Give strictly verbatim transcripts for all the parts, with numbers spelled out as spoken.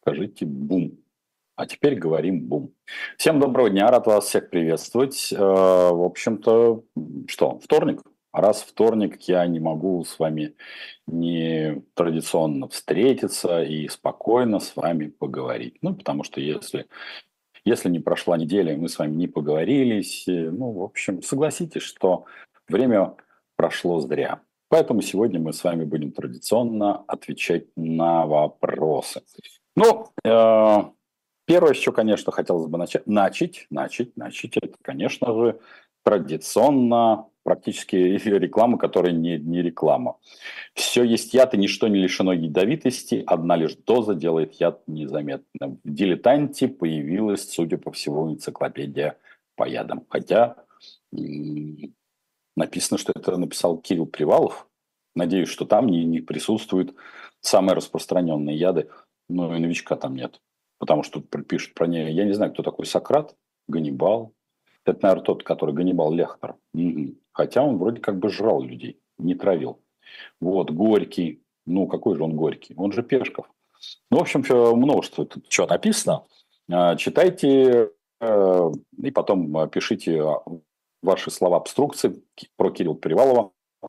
Скажите бум. А теперь говорим бум. Всем доброго дня, рад вас всех приветствовать. Э, В общем-то, м, что, вторник? А раз вторник, я не могу с вами не традиционно встретиться и спокойно с вами поговорить. Ну, потому что если, если не прошла неделя, и мы с вами не поговорились, э, ну, в общем, согласитесь, что время прошло зря. Поэтому сегодня мы с вами будем традиционно отвечать на вопросы. Ну, э, первое, с чего, конечно, хотелось бы начать, начать, начать, начать, это, конечно же, традиционно практически реклама, которая не, не реклама. Все есть яд, и ничто не лишено ядовитости. Одна лишь доза делает яд незаметным. В «Дилетанте» появилась, судя по всему, энциклопедия по ядам. Хотя м, написано, что это написал Кирилл Привалов. Надеюсь, что там не, не присутствуют самые распространенные яды. Но и новичка там нет. Потому что тут пишут про нее. Я не знаю, кто такой Сократ, Ганнибал. Это, наверное, тот, который Ганнибал Лехтер. Мгм. Хотя он вроде как бы жрал людей, не травил. Вот, Горький. Ну, какой же он Горький? Он же Пешков. Ну, в общем, всё множество тут чего написано. А, Читайте э, и потом а, пишите а, ваши слова обструкции про Кирилла Привалова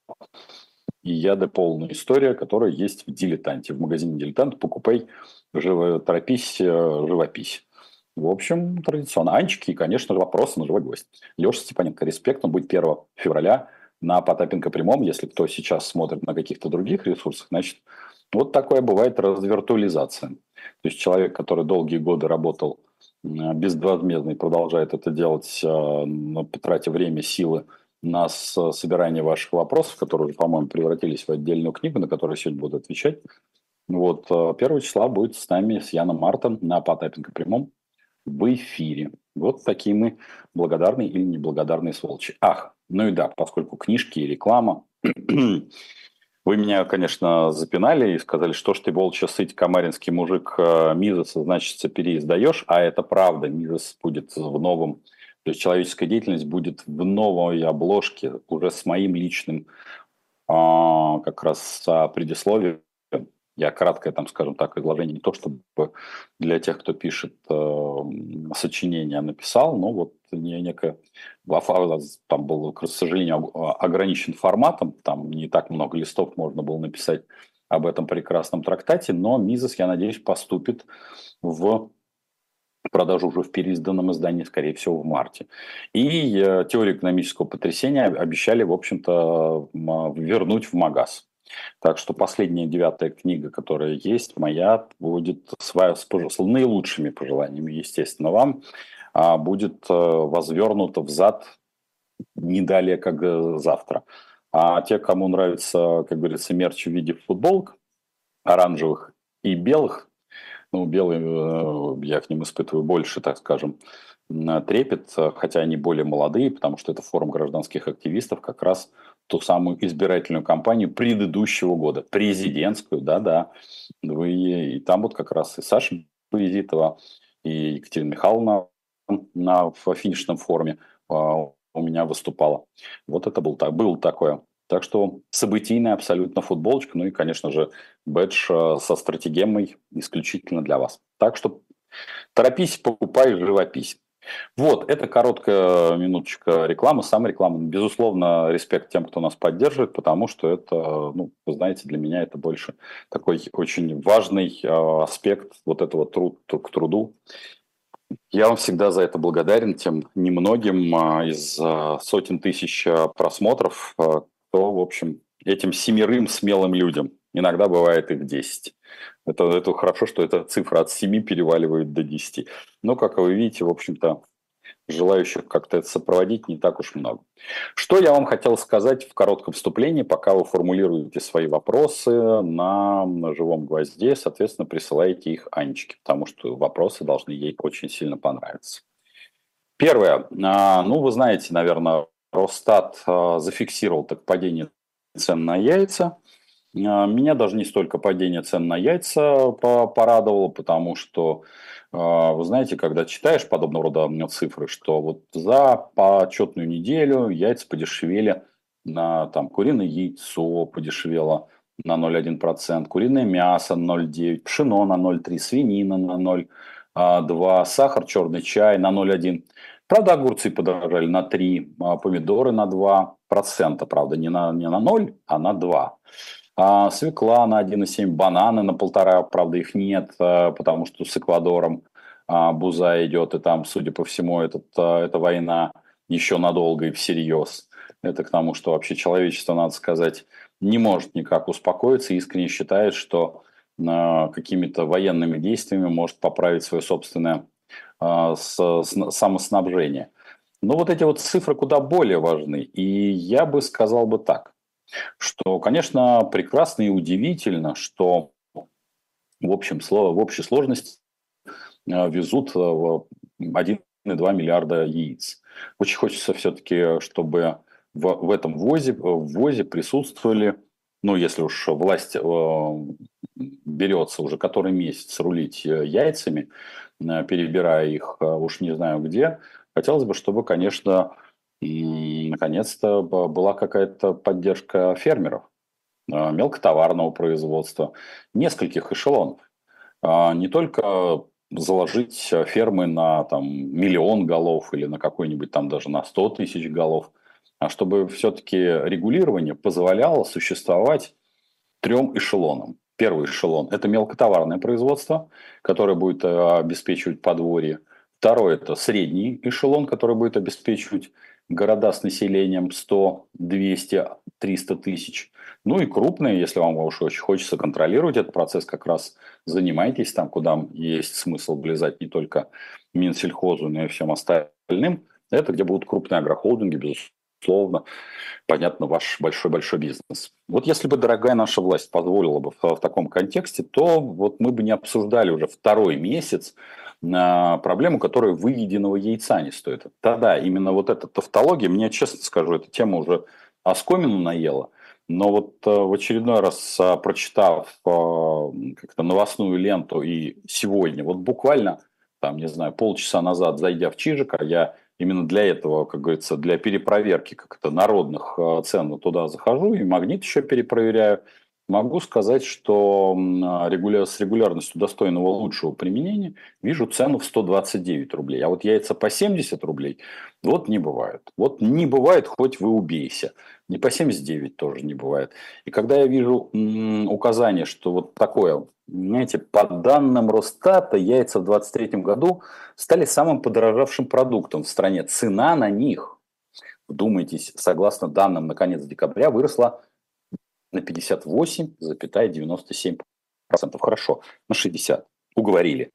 и яды полная история, которая есть в «Дилетанте». В магазине «Дилетант» покупай, живо, торопись, э, живопись. В общем, традиционно. Анчики и, конечно же, вопросы на живой гвоздь. Леша Степаненко, респект. Он будет первого февраля на Потапенко прямом. Если кто сейчас смотрит на каких-то других ресурсах, значит, вот такое бывает развиртуализация. То есть человек, который долгие годы работал м, безвозмездно и продолжает это делать, э, на- потратя время, силы на с- собирание ваших вопросов, которые уже, по-моему, превратились в отдельную книгу, на которую сегодня буду отвечать. Вот, э, первого числа будет с нами, с Яном Мартом на Потапенко прямом в эфире. Вот такие мы благодарные или неблагодарные сволочи. Ах, ну и да, поскольку книжки и реклама, вы меня, конечно, запинали и сказали, что ж ты, волчья сыть, камаринский мужик, э, Мизес, значит, переиздаешь, а это правда, Мизес будет в новом, то есть человеческая деятельность будет в новой обложке, уже с моим личным а, как раз а, предисловием. Я краткое, там, скажем так, изложение, не то чтобы для тех, кто пишет э, сочинение, написал, но вот не, некое, там был, к сожалению, ограничен форматом, там не так много листов можно было написать об этом прекрасном трактате, но Мизес, я надеюсь, поступит в продажу уже в переизданном издании, скорее всего, в марте. И э, теорию экономического потрясения обещали, в общем-то, м, вернуть в Магаз. Так что последняя девятая книга, которая есть, моя, будет с, ва- с пож- с наилучшими пожеланиями, естественно, вам, а, будет э, возвернута взад не далее, как э, завтра. А те, кому нравится, как говорится, мерч в виде футболок оранжевых и белых, ну, белые, э, я к ним испытываю больше, так скажем, м, трепет, э, хотя они более молодые, потому что это форум гражданских активистов, как раз ту самую избирательную кампанию предыдущего года, президентскую, да-да. Вы, и там вот как раз и Саша Визитова, и Екатерина Михайловна на, в финишном форуме а, у меня выступала. Вот это был, так, был такое. Так что событийная абсолютно футболочка, ну и, конечно же, бэдж э, со стратегемой исключительно для вас. Так что торопись, покупай, живопись. Вот, это короткая минуточка рекламы, сам реклама. Безусловно, респект тем, кто нас поддерживает, потому что это, ну, вы знаете, для меня это больше такой очень важный э, аспект вот этого труд, к труду. Я вам всегда за это благодарен, тем немногим а, из а, сотен тысяч а, просмотров, а, кто, в общем, этим семерым смелым людям, иногда бывает их десять. Это, это хорошо, что эта цифра от семи переваливает до десяти. Но, как вы видите, в общем-то, желающих как-то это сопроводить не так уж много. Что я вам хотел сказать в коротком вступлении, пока вы формулируете свои вопросы на, на живом гвозде, соответственно, присылайте их Анечке, потому что вопросы должны ей очень сильно понравиться. Первое. А, Ну, вы знаете, наверное, Росстат а, зафиксировал так падение цен на яйца. А, Меня даже не столько падение цен на яйца по- порадовало, потому что, а, вы знаете, когда читаешь подобного рода м, цифры, что вот за почетную неделю яйца подешевели, на там куриное яйцо подешевело на ноль целых одна десятая процента, куриное мясо на ноль целых девять десятых, пшено на ноль целых три десятых, свинина на ноль целых два десятых, сахар, черный чай на ноль целых один десятый. Правда, огурцы подорожали на три процента, помидоры на два процента, правда, не на, не на ноль, а на два. А свекла на один целых семь десятых, бананы на полтора, правда, их нет, а, потому что с Эквадором а, буза идет, и там, судя по всему, этот, а, эта война еще надолго и всерьез. Это к тому, что вообще человечество, надо сказать, не может никак успокоиться и искренне считает, что а, какими-то военными действиями может поправить свое собственное а, с- с- самоснабжение. Но вот эти вот цифры куда более важны. И я бы сказал бы так, что, конечно, прекрасно и удивительно, что в общем, сло- в общей сложности а, везут а, в один целых два миллиарда яиц. Очень хочется все-таки, чтобы в, в этом ввозе, в ввозе присутствовали, ну, если уж власть э, берется уже который месяц рулить э, яйцами, э, перебирая их э, уж не знаю где, хотелось бы, чтобы, конечно, м, наконец-то б- была какая-то поддержка фермеров, э, мелкотоварного производства, нескольких эшелонов. А, не только заложить э, фермы на там, миллион голов или на какой-нибудь там даже на сто тысяч голов, а чтобы все-таки регулирование позволяло существовать трем эшелонам. Первый эшелон – это мелкотоварное производство, которое будет э, обеспечивать подворье. Второй – это средний эшелон, который будет обеспечивать города с населением сто, двести, триста тысяч. Ну и крупные, если вам уж очень хочется контролировать этот процесс, как раз занимайтесь там, куда есть смысл влезать не только Минсельхозу, но и всем остальным. Это где будут крупные агрохолдинги, безусловно, понятно, ваш большой-большой бизнес. Вот если бы, дорогая наша власть позволила бы в, в таком контексте, то вот мы бы не обсуждали уже второй месяц на проблему, которая выведенного яйца не стоит. Да-да, именно вот эта тавтология, мне, честно скажу, эта тема уже оскомину наела. Но вот э, в очередной раз, э, прочитав э, как-то новостную ленту и сегодня, вот буквально, там, не знаю, полчаса назад, зайдя в Чижика, я именно для этого, как говорится, для перепроверки как это народных э, цен туда захожу и магнит еще перепроверяю. Могу сказать, что м, а, регуля- с регулярностью достойного лучшего применения вижу цену в сто двадцать девять рублей. А вот яйца по семьдесят рублей вот не бывает. Вот не бывает, хоть вы убейся. Не по семьдесят девять тоже не бывает. И когда я вижу м, указание, что вот такое, знаете, по данным Росстата, яйца в двадцать третьем году стали самым подорожавшим продуктом в стране. Цена на них, вдумайтесь, согласно данным на конец декабря, выросла на пятьдесят восемь целых девяносто семь процентов. Хорошо, на шестьдесят. Уговорили.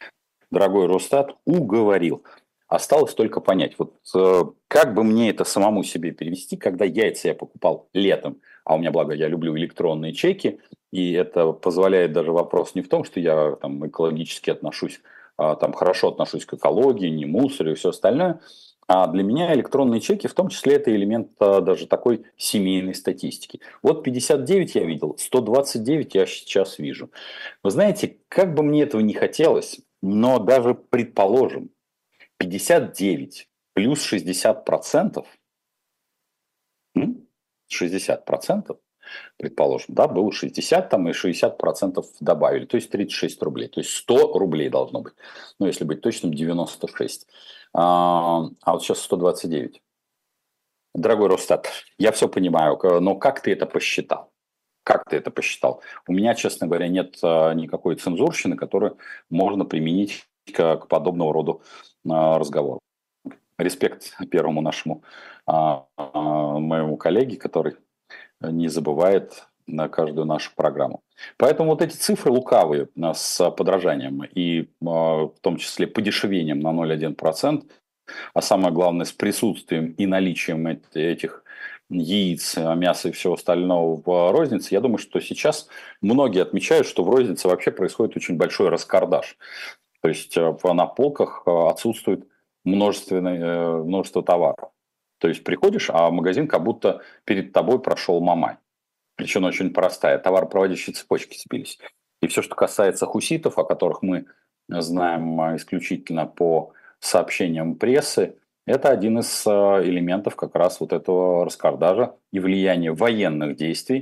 Дорогой Росстат, уговорил. Осталось только понять, вот э, как бы мне это самому себе перевести, когда яйца я покупал летом, а у меня, благо, я люблю электронные чеки, и это позволяет даже вопрос не в том, что я там экологически отношусь, а, там хорошо отношусь к экологии, не мусорю и все остальное, а для меня электронные чеки, в том числе, это элемент а, даже такой семейной статистики. Вот пятьдесят девять я видел, сто двадцать девять я сейчас вижу. Вы знаете, как бы мне этого не хотелось, но даже предположим, пятьдесят девять плюс шестьдесят процентов, м, шестьдесят процентов, предположим, да, было шестьдесят там и шестьдесят процентов добавили, то есть тридцать шесть рублей, то есть сто рублей должно быть, ну, если быть точным, девяносто шесть, а, а вот сейчас сто двадцать девять. Дорогой Росстат, я все понимаю, к- но как ты это посчитал? Как ты это посчитал? У меня, честно говоря, нет а, никакой цензурщины, которую можно применить к, к подобного рода а, разговору. Респект первому нашему а, а, моему коллеге, который не забывает на каждую нашу программу. Поэтому вот эти цифры лукавые а, с подражанием и а, в том числе подешевением на ноль целых один десятый процент, а самое главное с присутствием и наличием эт- этих яиц, а, мяса и всего остального в рознице, я думаю, что сейчас многие отмечают, что в рознице вообще происходит очень большой раскардаш. То есть э, в- на полках э, отсутствует множественное, э, множество товаров. То есть приходишь, а магазин как будто перед тобой прошел Мамай. Причина очень простая. Товаропроводящие цепочки сбились. И все, что касается хуситов, о которых мы знаем а, исключительно по сообщениям прессы, это один из а, элементов как раз вот этого раскардажа и влияния военных действий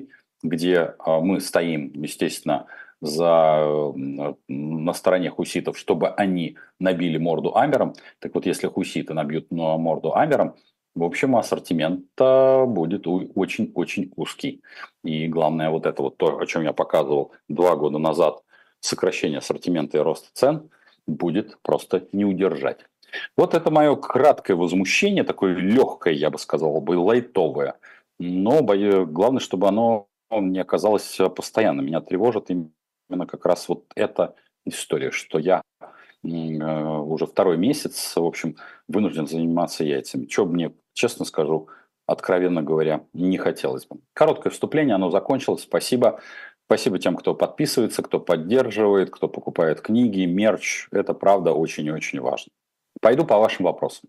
где а, мы стоим, естественно, за, на стороне хуситов, чтобы они набили морду Амерам. Так вот, если хуситы набьют морду Амерам, в общем, ассортимент будет очень-очень узкий. И главное, вот это вот то, о чем я показывал два года назад, сокращение ассортимента и рост цен, будет просто не удержать. Вот это мое краткое возмущение, такое легкое, я бы сказал, бы лайтовое. Но бою- главное, чтобы оно не оказалось постоянным. Меня тревожит именно как раз вот эта история, что я м, э, уже второй месяц, в общем, вынужден заниматься яйцами. Что мне, честно скажу, откровенно говоря, не хотелось бы. Короткое вступление, оно закончилось. Спасибо. Спасибо тем, кто подписывается, кто поддерживает, кто покупает книги, мерч. Это правда очень и очень важно. Пойду по вашим вопросам.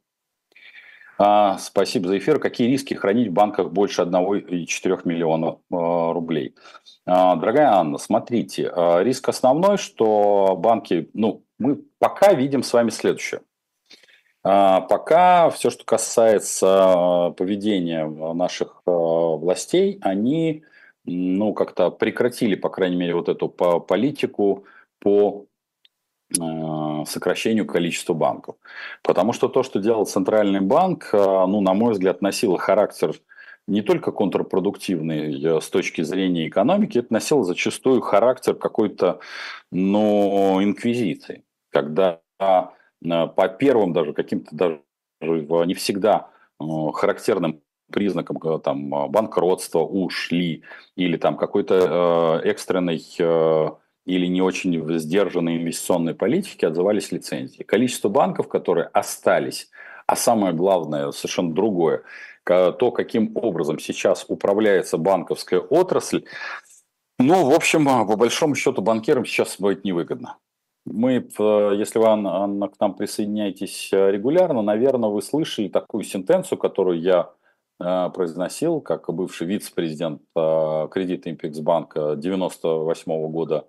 А, спасибо за эфир. Какие риски хранить в банках больше одного и четырёх миллионов а, рублей? А, дорогая Анна, смотрите, а, риск основной, что банки, ну, мы пока видим с вами следующее. А, пока все, что касается а, поведения наших а, властей, они, ну, как-то прекратили, по крайней мере, вот эту по- политику по э, сокращению количества банков. Потому что то, что делал Центральный банк, э, ну, на мой взгляд, носило характер не только контрпродуктивный э, с точки зрения экономики, это носило зачастую характер какой-то, ну, инквизиции. Когда э, по первым даже каким-то даже не всегда э, характерным признаком э, там, банкротства ушли или там какой-то э, экстренной э, или не очень сдержанной инвестиционной политики отзывались лицензии. Количество банков, которые остались, а самое главное, совершенно другое, то, каким образом сейчас управляется банковская отрасль, ну, в общем, по большому счету, банкирам сейчас будет невыгодно. Мы, если вы, Анна, Анна, к нам присоединяетесь регулярно, наверное, вы слышали такую сентенцию, которую я э, произносил, как бывший вице-президент э, кредита Импексбанка девяносто восьмого года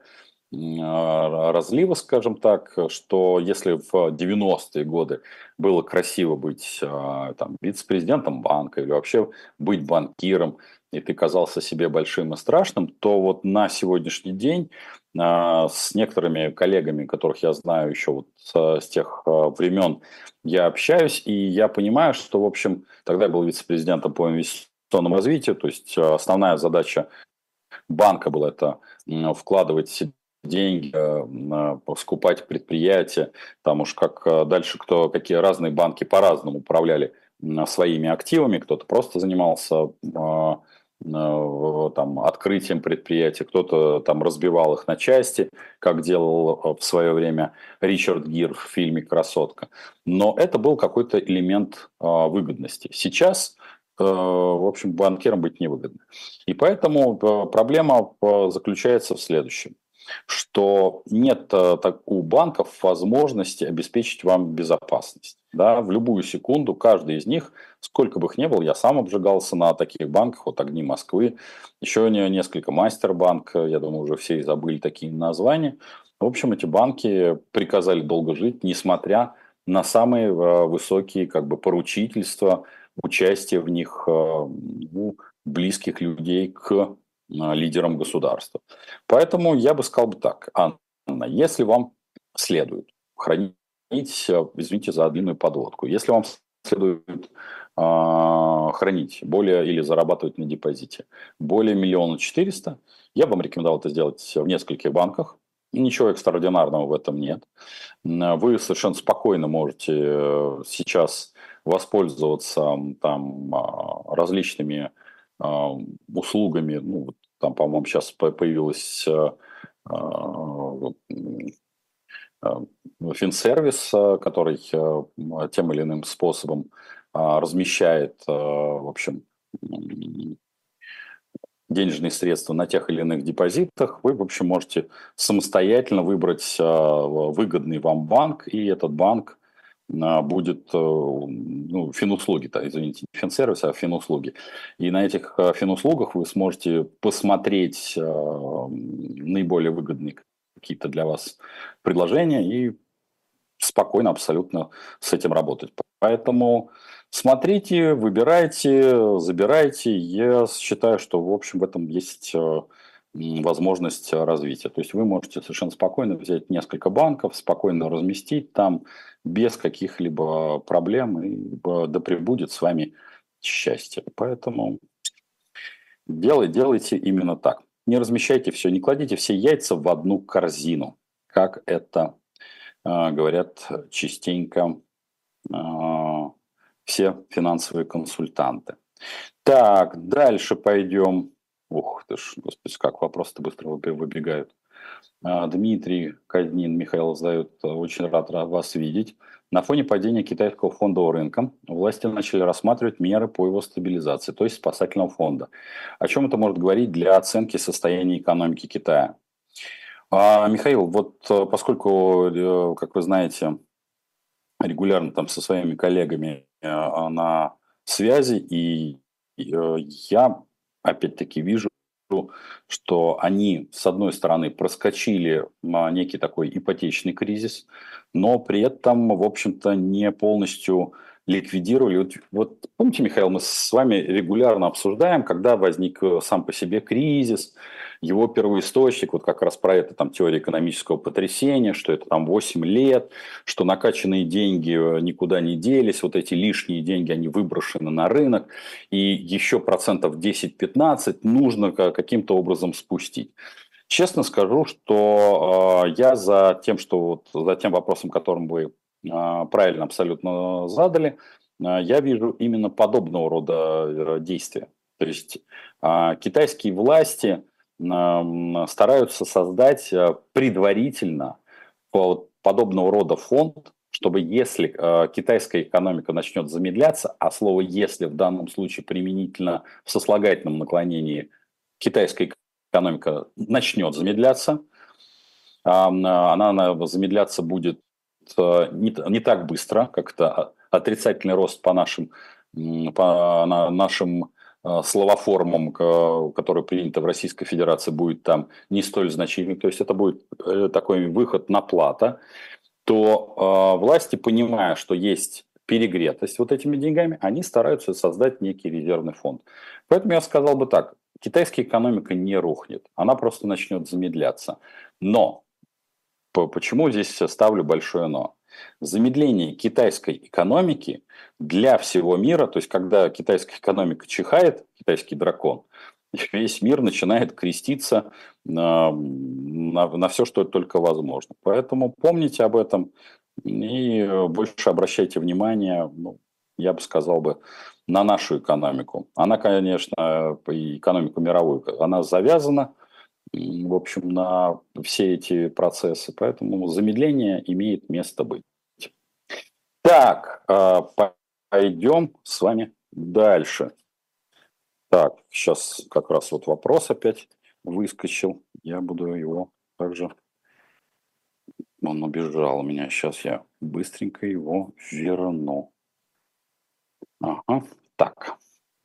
м, разлива, скажем так, что если в девяностые годы было красиво быть э, там, вице-президентом банка или вообще быть банкиром, и ты казался себе большим и страшным, то вот на сегодняшний день а, с некоторыми коллегами, которых я знаю еще вот с, с тех а, времен, я общаюсь, и я понимаю, что, в общем, тогда я был вице-президентом по инвестиционному развитию, то есть а, основная задача банка была это м, вкладывать деньги, э, скупать предприятия, там уж как э, дальше кто, какие разные банки по-разному управляли м, своими активами, кто-то просто занимался э, э, там, открытием предприятий, кто-то там разбивал их на части, как делал э, в свое время Ричард Гир в фильме «Красотка». Но это был какой-то элемент э, выгодности. Сейчас, э, в общем, банкирам быть невыгодно. И поэтому э, проблема э, заключается в следующем, что нет э, так, у банков возможности обеспечить вам безопасность. Да, в любую секунду каждый из них, сколько бы их ни было, я сам обжигался на таких банках, вот «Огни Москвы», еще не, несколько «Мастербанк», я думаю, уже все и забыли такие названия. В общем, эти банки приказали долго жить, несмотря на самые э, высокие как бы, поручительства, участие в них э, ну, близких людей к э, лидерам государства. Поэтому я бы сказал бы так, Анна, если вам следует хранить, э, извините за длинную подводку, если вам следует э, хранить более или зарабатывать на депозите более миллиона четыреста, я бы вам рекомендовал это сделать в нескольких банках. Ничего экстраординарного в этом нет. Вы совершенно спокойно можете э, сейчас воспользоваться там а, различными а, услугами. Ну, вот там, по-моему, сейчас появилась э, а, а, финсервис, а, который а, тем или иным способом а, размещает, а, в общем, денежные средства на тех или иных депозитах, вы, в общем, можете самостоятельно выбрать а, выгодный вам банк, и этот банк а, будет, э, ну, финуслуги, то, извините, не финсервис, а финуслуги. И на этих а, финуслугах вы сможете посмотреть а, наиболее выгодные какие-то для вас предложения и спокойно абсолютно с этим работать. Поэтому Смотрите, выбирайте, забирайте. Я считаю, что, в общем, в этом есть э, м, возможность э, развития. То есть вы можете совершенно спокойно взять несколько банков, спокойно разместить там без каких-либо проблем, и э, да пребудет с вами счастье. Поэтому делай, делайте именно так. Не размещайте все, не кладите все яйца в одну корзину, как это э, говорят частенько э, все финансовые консультанты. Так, дальше пойдем. Ух ты ж, господи, как вопросы-то быстро выби- выбегают. А, Дмитрий Казнин, Михаил задает, э, очень рад ра- вас видеть. На фоне падения китайского фондового рынка власти начали рассматривать меры по его стабилизации, то есть спасательного фонда. О чем это может говорить для оценки состояния экономики Китая? А, Михаил, вот э, поскольку, э, как вы знаете, регулярно там со своими коллегами э, на связи, и э, я опять-таки вижу, что они, с одной стороны, проскочили а, некий такой ипотечный кризис, но при этом, в общем-то, не полностью ликвидировали. Вот, вот помните, Михаил, мы с вами регулярно обсуждаем, когда возник э, сам по себе кризис, его первоисточник, вот как раз про это там теория экономического потрясения, что это там восемь лет, что накачанные деньги э, никуда не делись, вот эти лишние деньги, они выброшены на рынок, и еще процентов десять-пятнадцать нужно каким-то образом спустить. Честно скажу, что э, я за тем, что вот, за тем вопросом, которым вы э, правильно абсолютно задали, э, я вижу именно подобного рода э, действия. То есть э, китайские власти э, стараются создать э, предварительно вот подобного рода фонд, чтобы если э, китайская экономика начнет замедляться, а слово «если» в данном случае применительно в сослагательном наклонении китайская экономика начнет замедляться, а, она, она замедляться будет э, не, не так быстро, как это отрицательный рост по нашим, по нашим э, словоформам, которые приняты в Российской Федерации, будет там не столь значительный. То есть это будет э, такой выход на плата, то э, власти, понимая, что есть перегретость вот этими деньгами, они стараются создать некий резервный фонд. Поэтому я сказал бы так, китайская экономика не рухнет, она просто начнет замедляться. Но почему здесь ставлю большое но? Замедление китайской экономики для всего мира, то есть когда китайская экономика чихает, китайский дракон, весь мир начинает креститься на, на, на все, что только возможно. Поэтому помните об этом и больше обращайте внимание, ну, я бы сказал бы, на нашу экономику. Она, конечно, и экономику мировую, она завязана, в общем, на все эти процессы. Поэтому замедление имеет место быть. Так, а, пойдем с вами дальше. Так, сейчас как раз вот вопрос опять выскочил. Я буду его также... Он убежал у меня. Сейчас я быстренько его верну. Ага, так.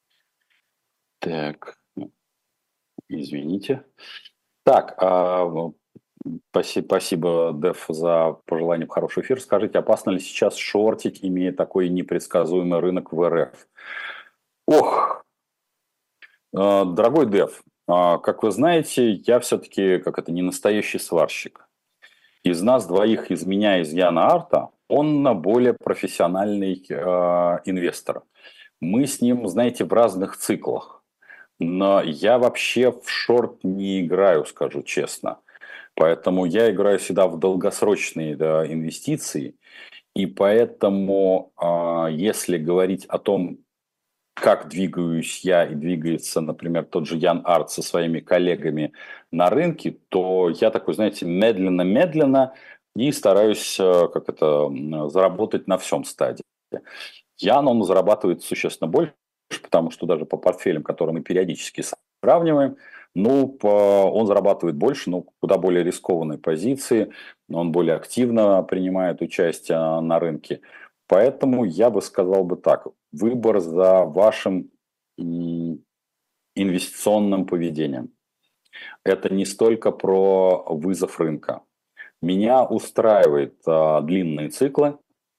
Так, извините. Так, а, спасибо, спасибо, Дев, за пожелание в хороший эфир. Скажите, опасно ли сейчас шортить, имея такой непредсказуемый рынок в РФ? Ох, э, дорогой Дев, а, как вы знаете, я все-таки, как это, не настоящий сварщик. Из нас двоих, из меня, из Яна Арта, он более профессиональный э, инвестор. Мы с ним, знаете, в разных циклах. Но я вообще в шорт не играю, скажу честно. Поэтому я играю всегда в долгосрочные, да, инвестиции. И поэтому, а, если говорить о том, как двигаюсь я и двигается, например, тот же Ян Арт со своими коллегами на рынке, то я такой, знаете, медленно-медленно и стараюсь, э, как это, м, заработать на всем стадии. Ян, он зарабатывает существенно больше, потому что даже по портфелям, которые мы периодически сравниваем, ну, по, он зарабатывает больше, но куда более рискованные позиции, он более активно принимает участие на рынке. Поэтому я бы сказал бы так, выбор за вашим инвестиционным поведением. Это не столько про вызов рынка. Меня устраивают а, длинные циклы,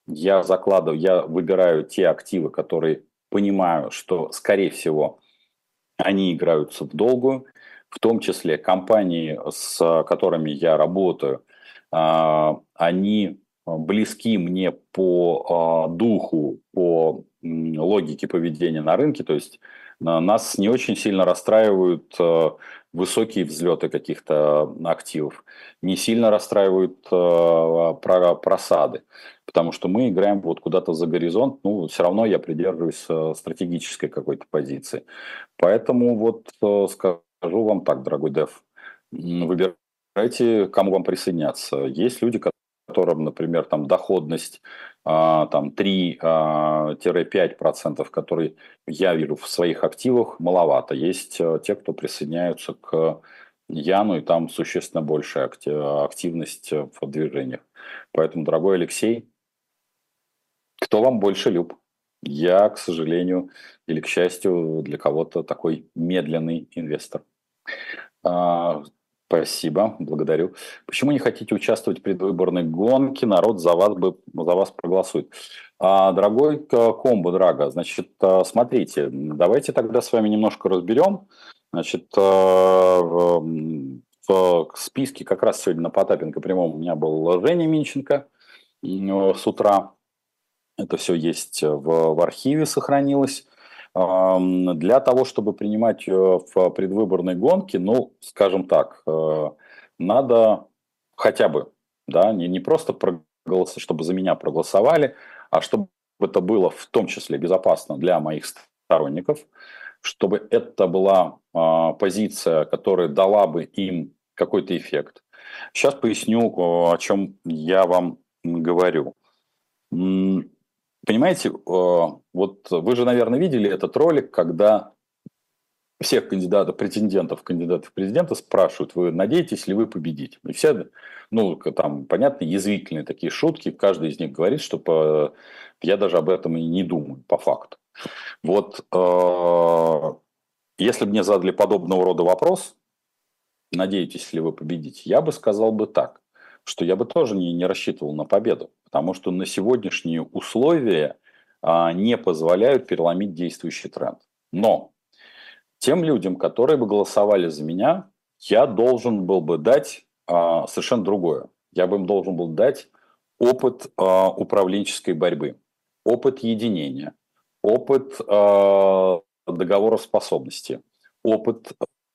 Я закладываю, я выбираю те активы, которые понимаю, что, скорее всего, они играются в долгую, в том числе компании, с которыми я работаю, а, они близки мне по а, духу, по м, логике поведения на рынке, то есть а, нас не очень сильно расстраивают а, высокие взлеты каких-то активов, не сильно расстраивают а, про- просады, потому что мы играем вот куда-то за горизонт, ну, все равно я придерживаюсь а, стратегической какой-то позиции. Поэтому вот э, скажу вам так, дорогой Дев, м, выбирайте, к кому вам присоединяться. Есть люди, которым, например, там доходность а, там три-пять процентов, которые я вижу в своих активах, маловато. Есть э, те, кто присоединяются к Яну, и там существенно большая акти- активность э, в движениях. Поэтому, дорогой Алексей, кто вам больше люб? Я, к сожалению, или к счастью, для кого-то такой медленный инвестор. А, спасибо, благодарю. Почему не хотите участвовать в предвыборной гонке? Народ за вас бы за вас проголосует. А, дорогой к- Комбо Драго, значит, а, смотрите, давайте тогда с вами немножко разберем. Значит, а, в, м, в списке как раз сегодня на Потапенко прямом у меня был Женя Минченко м, с утра. Это все есть в, в архиве, сохранилось. Ам, Для того, чтобы принимать э, в предвыборной гонке, ну, скажем так, э, надо хотя бы, да, не, не просто проголосовать, чтобы за меня проголосовали, а чтобы это было в том числе безопасно для моих сторонников, чтобы это была а, позиция, которая дала бы им какой-то эффект. Сейчас поясню, о чем я вам говорю. М, Понимаете, э, вот вы же, наверное, видели этот ролик, когда всех кандидатов, претендентов, кандидатов в президенты спрашивают, вы надеетесь ли вы победить? И все, ну, к- там, понятно, язвительные такие шутки, каждый из них говорит, что по- я даже об этом и не думаю, по факту. Вот э, если бы мне задали подобного рода вопрос, надеетесь ли вы победить, я бы сказал бы так, что я бы тоже не, не рассчитывал на победу, потому что на сегодняшние условия а, не позволяют переломить действующий тренд. Но тем людям, которые бы голосовали за меня, я должен был бы дать а, совершенно другое. Я бы им должен был дать опыт а, управленческой борьбы, опыт единения, опыт а, договороспособности, опыт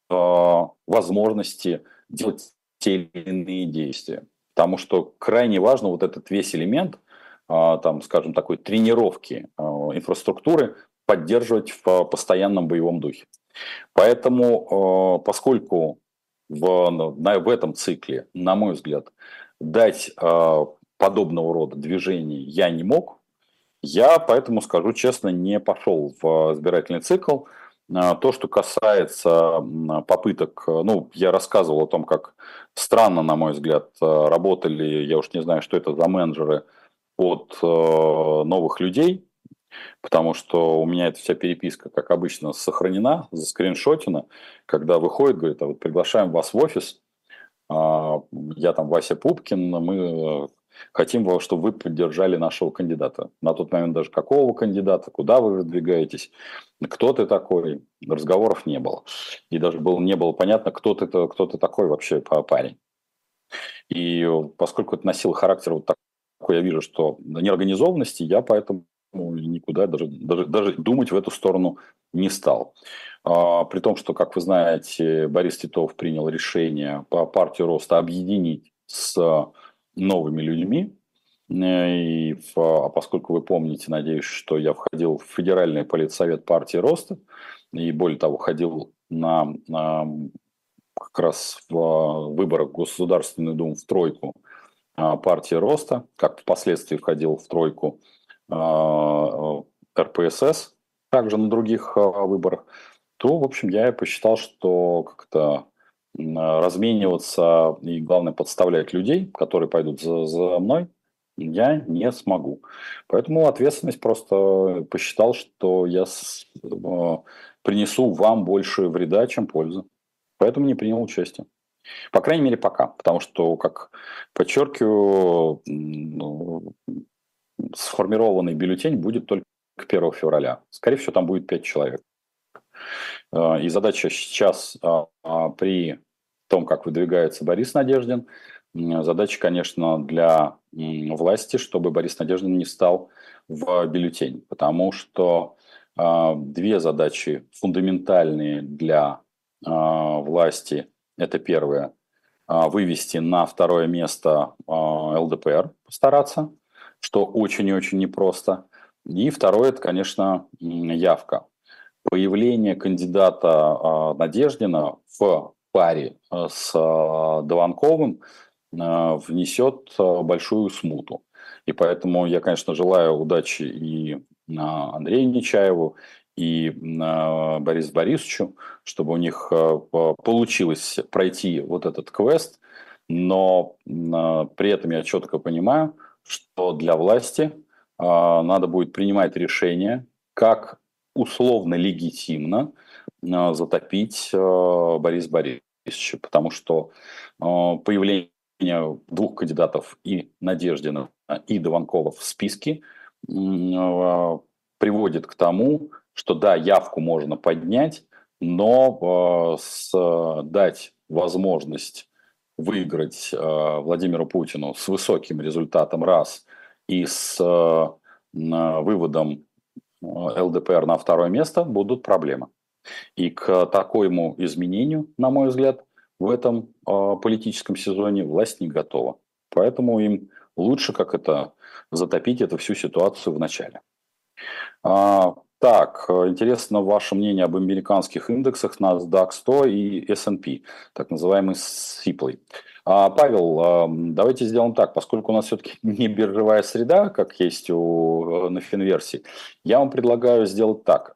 а, возможности делать те или иные действия. Потому что крайне важно вот этот весь элемент, а, там, скажем, такой тренировки а, инфраструктуры поддерживать в постоянном боевом духе. Поэтому, э, поскольку в, на, в этом цикле, на мой взгляд, дать э, подобного рода движений я не мог, я, поэтому скажу честно, не пошел в избирательный цикл. А, То, что касается м, попыток, э, ну, я рассказывал о том, как странно, на мой взгляд, э, работали, я уж не знаю, что это за менеджеры от э, новых людей, потому что у меня эта вся переписка, как обычно, сохранена, заскриншотена, когда выходит, говорит, а вот приглашаем вас в офис, а, я там Вася Пупкин, мы э, хотим, чтобы вы поддержали нашего кандидата. На тот момент даже какого кандидата, куда вы выдвигаетесь, кто ты такой, разговоров не было. И даже было, не было понятно, кто ты, кто ты такой вообще парень. И поскольку это носило характер вот такой, я вижу, что неорганизованности, я поэтому никуда даже, даже, даже думать в эту сторону не стал. А, при том, что, как вы знаете, Борис Титов принял решение по партию Роста объединить с новыми людьми. Э, И в- а поскольку вы помните, надеюсь, что я входил в Федеральный политсовет партии Роста, и более того, ходил на, на как раз в а, выборах в Государственную Думу в тройку а, партии Роста, как впоследствии входил в тройку а, эр пэ эс эс, также на других а, выборах, то, в общем, я и посчитал, что как-то м, а, размениваться и, главное, подставлять людей, которые пойдут за, за мной, я не смогу. Поэтому ответственность просто посчитал, что я с- э, принесу вам больше вреда, чем пользы. Поэтому не принял участие. По крайней мере, пока. Потому что, как подчеркиваю, ну, сформированный бюллетень будет только первого февраля. Скорее всего, там будет пять человек. И задача сейчас при том, как выдвигается Борис Надеждин, задача, конечно, для власти, чтобы Борис Надеждин не встал в бюллетень. Потому что две задачи фундаментальные для власти. Это первое. Вывести на второе место эл дэ пэ эр, постараться, что очень и очень непросто. И второе, это, конечно, явка. Появление кандидата Надеждина в паре с Дованковым внесет большую смуту. И поэтому я, конечно, желаю удачи и Андрею Нечаеву, и Борису Борисовичу, чтобы у них получилось пройти вот этот квест. Но при этом я четко понимаю, что для власти надо будет принимать решение, как условно легитимно затопить Бориса Борисовича. Потому что появление двух кандидатов, и Надеждина, и Дованкова, в списке приводит к тому, что да, явку можно поднять, но с, дать возможность выиграть Владимиру Путину с высоким результатом раз и с выводом эл дэ пэ эр на второе место будут проблемы. И к такому изменению, на мой взгляд, в этом политическом сезоне власть не готова. Поэтому им лучше как это затопить эту всю ситуацию в начале. А, так, интересно ваше мнение об американских индексах NASDAQ сто и эс энд пи, так называемый сиплый. А, Павел, давайте сделаем так, поскольку у нас все-таки не биржевая среда, как есть у, на Финверсии, я вам предлагаю сделать так.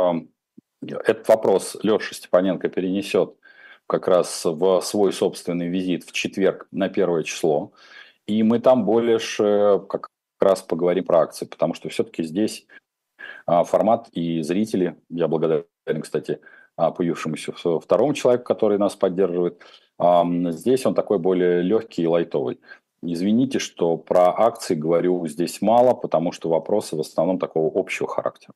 Этот вопрос Леша Степаненко перенесет как раз в свой собственный визит в четверг на первое число. И мы там больше как раз поговорим про акции, потому что все-таки здесь формат и зрители, я благодарен, кстати, появившемуся второму человеку, который нас поддерживает, здесь он такой более легкий и лайтовый. Извините, что про акции говорю здесь мало, потому что вопросы в основном такого общего характера.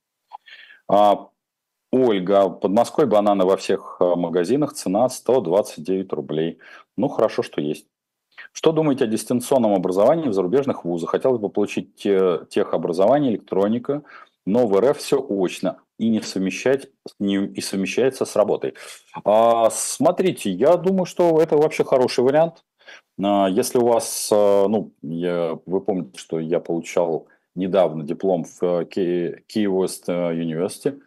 Ольга, под Москвой бананы во всех магазинах, цена сто двадцать девять рублей. Ну, хорошо, что есть. Что думаете о дистанционном образовании в зарубежных вузах? Хотелось бы получить техобразование, электроника, но в эр эф все очно и не совмещать, не, и совмещается с работой. А, смотрите, я думаю, что это вообще хороший вариант. А, если у вас, ну, я, вы помните, что я получал недавно диплом в Key West University,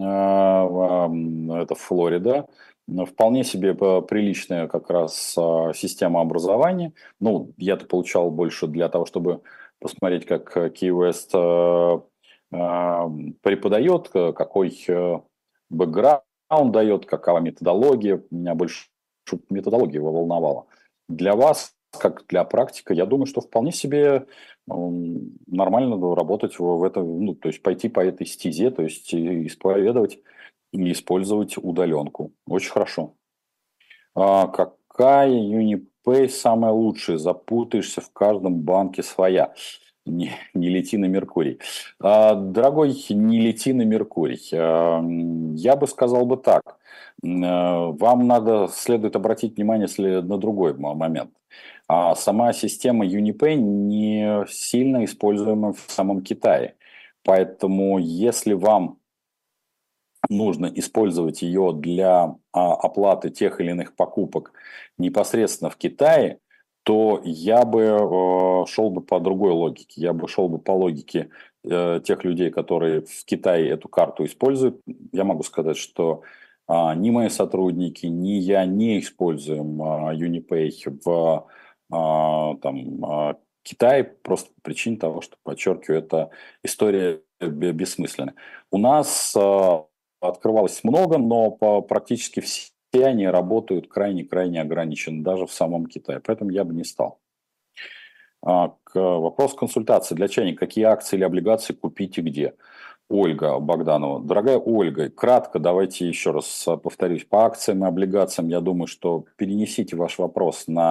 это Флорида. Вполне себе приличная как раз система образования. Ну, я-то получал больше для того, чтобы посмотреть, как Key West преподает, какой бэкграунд дает, какова методология. Меня больше методология его волновала. Для вас, как для практика, я думаю, что вполне себе нормально работать в этом, ну, то есть пойти по этой стезе, то есть исповедовать и использовать удаленку. Очень хорошо. А какая Юнипэй самая лучшая? Запутаешься в каждом банке своя. Не, не лети на Меркурий. А, дорогой, не лети на Меркурий. А, я бы сказал бы так. А, вам надо, следует обратить внимание на другой момент. А сама система Юнипэй не сильно используема в самом Китае. Поэтому, если вам нужно использовать ее для а, оплаты тех или иных покупок непосредственно в Китае, то я бы э, шел бы по другой логике. Я бы шел бы по логике э, тех людей, которые в Китае эту карту используют. Я могу сказать, что э, ни мои сотрудники, ни я не используем э, Юнипэй в э, там, э, Китае, просто по причине того, что, подчеркиваю, это история бессмысленная. У нас э, открывалось много, но по, практически все они работают крайне-крайне ограниченно, даже в самом Китае. Поэтому я бы не стал. А, к вопросу консультации. Для чайника, какие акции или облигации купить и где? Ольга Богданова. Дорогая Ольга, кратко давайте еще раз повторюсь. По акциям и облигациям, я думаю, что перенесите ваш вопрос на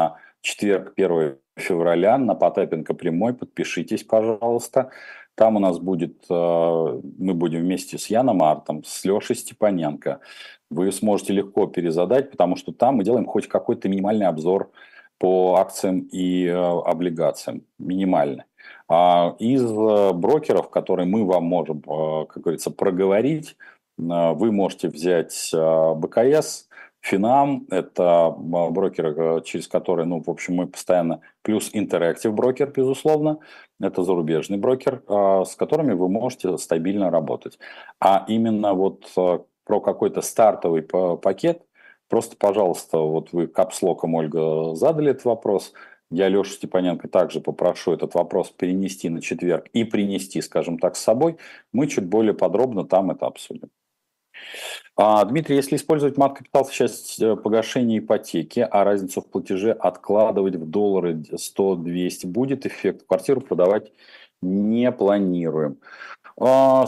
четверг, первое февраля, на Потапенко прямой. Подпишитесь, пожалуйста. Там у нас будет, э, мы будем вместе с Яном Артом, с Лешей Степаненко. Вы сможете легко перезадать, потому что там мы делаем хоть какой-то минимальный обзор по акциям и э, облигациям. Минимальный. А из э, брокеров, которые мы вам можем, э, как говорится, проговорить, э, вы можете взять э, БКС, Финам, это э, брокеры, э, через которые, ну, в общем, мы постоянно, плюс Interactive брокер, безусловно, это зарубежный брокер, э, с которыми вы можете стабильно работать. А именно вот э, про какой-то стартовый па- пакет, просто, пожалуйста, вот вы капслоком, Ольга, задали этот вопрос, я Лешу Степаненко также попрошу этот вопрос перенести на четверг и принести, скажем так, с собой. Мы чуть более подробно там это обсудим. А, Дмитрий, если использовать мат-капитал в часть э, погашения ипотеки, а разницу в платеже откладывать в доллары сто-двести, будет эффект? Квартиру продавать не планируем. А,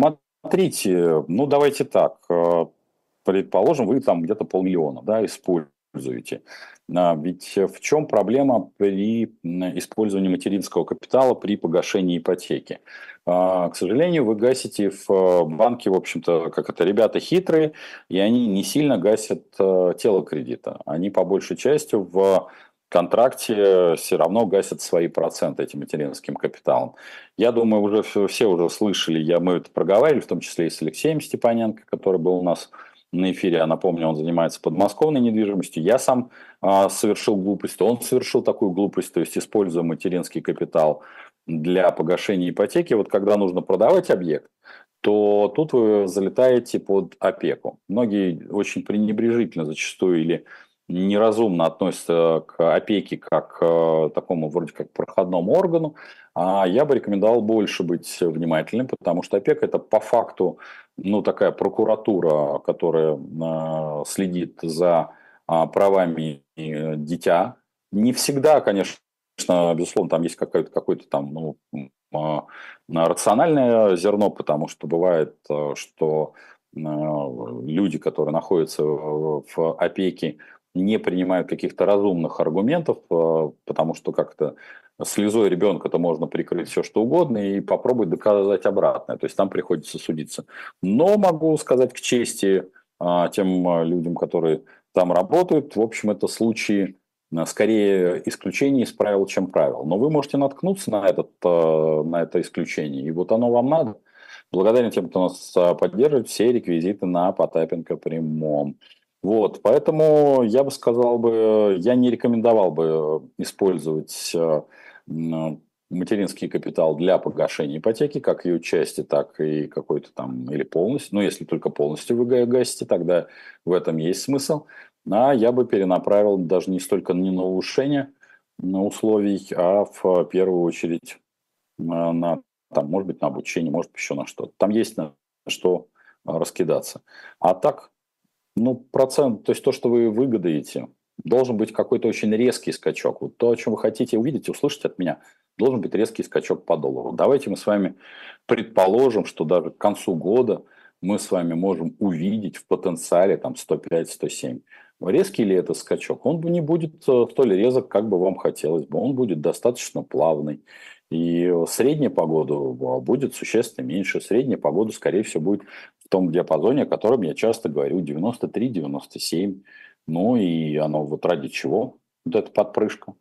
Смотрите, ну давайте так. э, Предположим, вы там где-то полмиллиона, да, используете. А, Ведь в чем проблема при м, использовании материнского капитала при погашении ипотеки? А, К сожалению, вы гасите в э, банке, в общем-то, как это, ребята хитрые, и они не сильно гасят э, тело кредита. Они по большей части в контракте все равно гасят свои проценты этим материнским капиталом. Я думаю, уже все, все уже слышали, я, мы это проговаривали, в том числе и с Алексеем Степаненко, который был у нас на эфире, я напомню, он занимается подмосковной недвижимостью. Я сам а, совершил глупость, он совершил такую глупость, то есть используя материнский капитал для погашения ипотеки. Вот когда нужно продавать объект, то тут вы залетаете под опеку. Многие очень пренебрежительно зачастую или неразумно относятся к опеке как к такому вроде как проходному органу, а я бы рекомендовал больше быть внимательным, потому что опека это по факту ну, такая прокуратура, которая э, следит за э, правами э, дитя. Не всегда, конечно, безусловно, там есть какое-то, какое-то там ну, э, рациональное зерно, потому что бывает, э, что э, люди, которые находятся в опеке, не принимают каких-то разумных аргументов, э, потому что как-то слезой ребенка-то можно прикрыть все, что угодно, и попробовать доказать обратное. То есть там приходится судиться. Но могу сказать к чести а, тем а, людям, которые там работают, в общем, это случаи а, скорее исключения из правил, чем правил. Но вы можете наткнуться на, этот, а, на это исключение, и вот оно вам надо. Благодарен тем, кто нас а, поддерживает, все реквизиты на Потапенко прямом. Вот, поэтому я бы сказал бы, я не рекомендовал бы использовать а, м, материнский капитал для погашения ипотеки, как ее части, так и какой-то там, или полностью. Ну, если только полностью вы га- гасите, тогда в этом есть смысл. А я бы перенаправил даже не столько не на улучшение на условий, а в первую очередь на, на, там, может быть, на обучение, может быть, еще на что-то. Там есть на что а, раскидаться. А так, ну, процент, то есть то, что вы выгодаете, должен быть какой-то очень резкий скачок. Вот то, о чем вы хотите увидеть, услышать от меня, должен быть резкий скачок по доллару. Давайте мы с вами предположим, что даже к концу года мы с вами можем увидеть в потенциале там сто пять - сто семь. Резкий ли это скачок? Он не будет э, столь резок, как бы вам хотелось бы. Он будет достаточно плавный. И средняя погода будет существенно меньше. Средняя погода, скорее всего, будет в том диапазоне, о котором я часто говорю, девяносто три - девяносто семь. Ну и оно вот ради чего? Вот эта подпрыжка.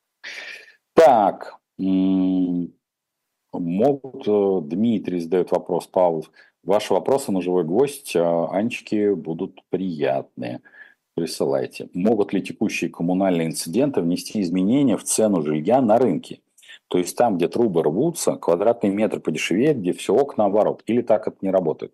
Так, м, могут, э, Дмитрий задает вопрос, Павлов. Ваши вопросы на живой гвоздь, э, Анечки, будут приятные. Присылайте. Могут ли текущие коммунальные инциденты внести изменения в цену жилья на рынке? То есть там, где трубы рвутся, квадратный метр подешевеет, где все окна наоборот. Или так это не работает?